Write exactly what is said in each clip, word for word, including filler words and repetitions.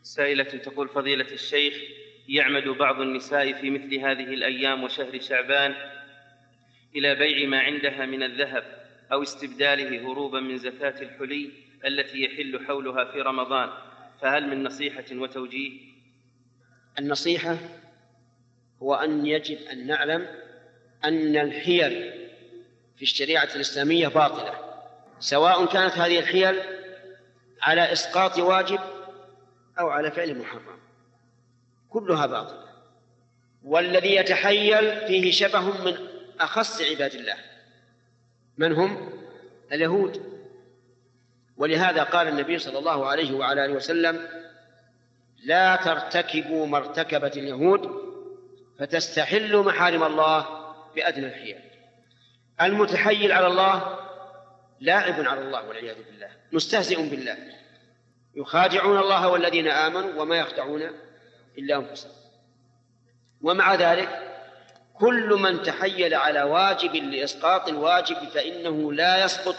سائلة تقول: فضيلة الشيخ، يعمد بعض النساء في مثل هذه الأيام وشهر شعبان إلى بيع ما عندها من الذهب أو استبداله هروبا من زكاة الحلي التي يحل حولها في رمضان، فهل من نصيحة وتوجيه؟ النصيحة هو أن يجب أن نعلم أن الحيل في الشريعة الإسلامية باطلة، سواء كانت هذه الحيل على إسقاط واجب أو على فعل محرم، كلها باطلة. والذي يتحيل فيه شبه من أخص عباد الله، من هم؟ اليهود. ولهذا قال النبي صلى الله عليه وعلى آله وسلم: لا ترتكبوا ما ارتكبت اليهود فتستحلوا محارم الله بأدنى الحيل. المتحيل على الله لاعب على الله والعياذ بالله، مستهزئ بالله، يخادعون الله والذين آمنوا وما يخدعون إلا أنفسهم. ومع ذلك كل من تحيل على واجب لإسقاط الواجب فإنه لا يسقط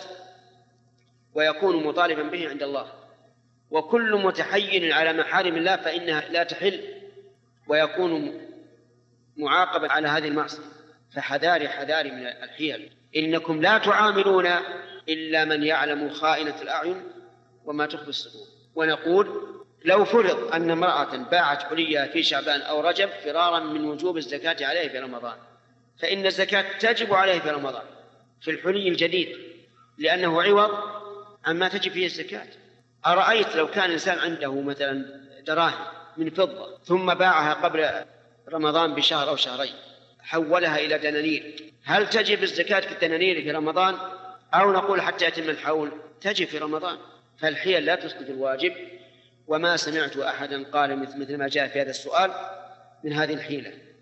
ويكون مطالبا به عند الله، وكل متحيل على محارم الله فإنها لا تحل ويكون معاقبا على هذه المعصية. فحذاري حذاري من الحيل، إنكم لا تعاملون إلا من يعلم خائنة الأعين وما تخفي الصدور. ونقول: لو فرض أن امرأة باعت حليها في شعبان أو رجب فرارا من وجوب الزكاة عليه في رمضان، فإن الزكاة تجب عليه في رمضان في الحلي الجديد، لأنه عوض عما تجب فيه الزكاة. أرأيت لو كان الإنسان عنده مثلا دراهم من فضة ثم باعها قبل رمضان بشهر أو شهرين، حولها إلى دنانير، هل تجب الزكاة في الدنانير في رمضان أو نقول حتى يتم الحول؟ تجب في رمضان. فالحيل لا تسقط الواجب، وما سمعت أحدا قال مثل ما جاء في هذا السؤال من هذه الحيلة.